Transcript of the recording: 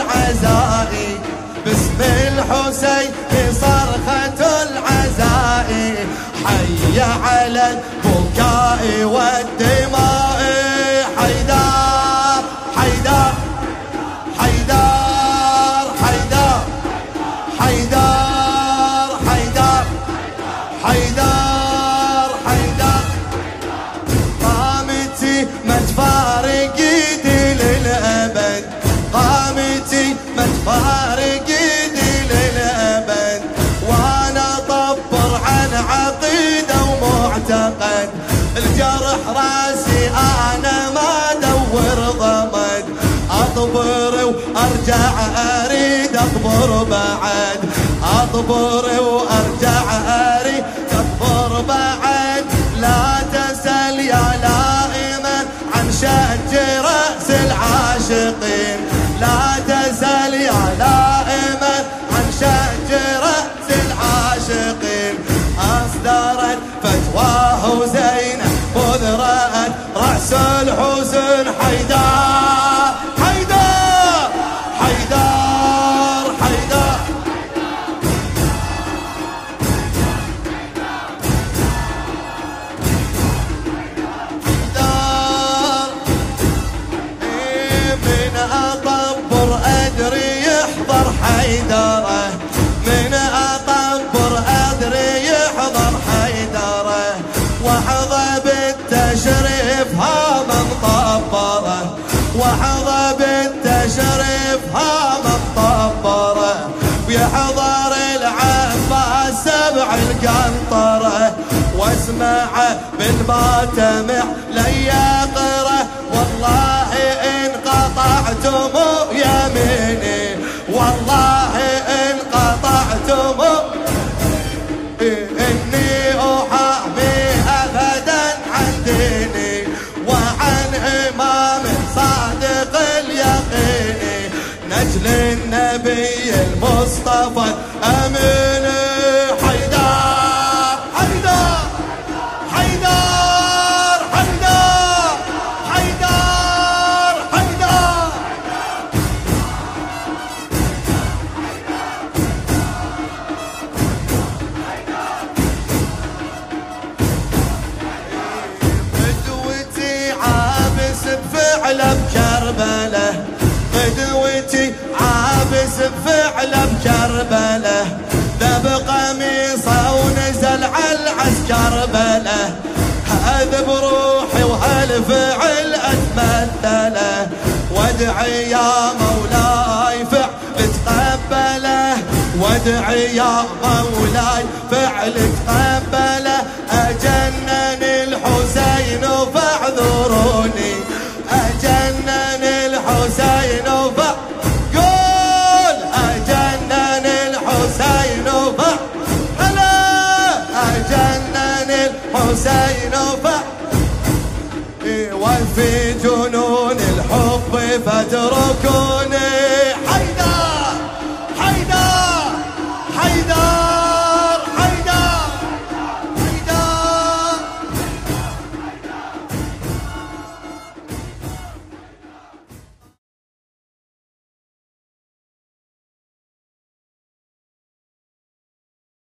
العزاء، باسم الحسين صرخة العزاء، حي على البكاء والدماء. حيدر حيدر حيدر حيدر حيدر حيدر حيدر حيدر، قامتي ما تفارق ايدي للأبد، قامتي ما تفارق ايدي للأبد، وانا طبر عن عقيدة ومعتقد، الجرح راسي انا ما ادور ضمد، اطبر وارجع اريد اطبر بعد، اطبر وارجع اريد اطبر بعد، لا تسل يا لائما عن شج راس العاشقين، لا تسل يا لائما عن شج راس العاشقين، اصدرت فتواه زينب بذرت راس الحسن. حيدر حيدر حيدر حيدر، من أطبر أدري يحضر حيدره، من أطبر أدري يحضر حيدره، وحظى بالتشريف هذا مطبره، وحظى بالتشريف هذا مطبره، ويحضر العباس سبع القنطره، واسمع بالماتمع ليقره، والله إن قطعتم يميني، والله إن قطعتم إني أحامي أبدا عن ديني، وعن إمام صادق اليقين، نجل النبي المصطفى أمين. حيدر حيدر حيدر حيدر حيدر حيدر، قدوتي عابس بفعله بكربله، قدوتي عابس بفعله بكربله، ذب قميصه ونزل على العسكر بله، هذا بروحي وهالفعل اتمثله، وادعي يا مولاي فعل تقبله، وادعي يا مولاي فعل تقبله، اجنن الحسين فاعذروني، اجنن الحسين قول اجنن الحسين هلا، اجنن الحسين وفي جنون الحب فاتركوني.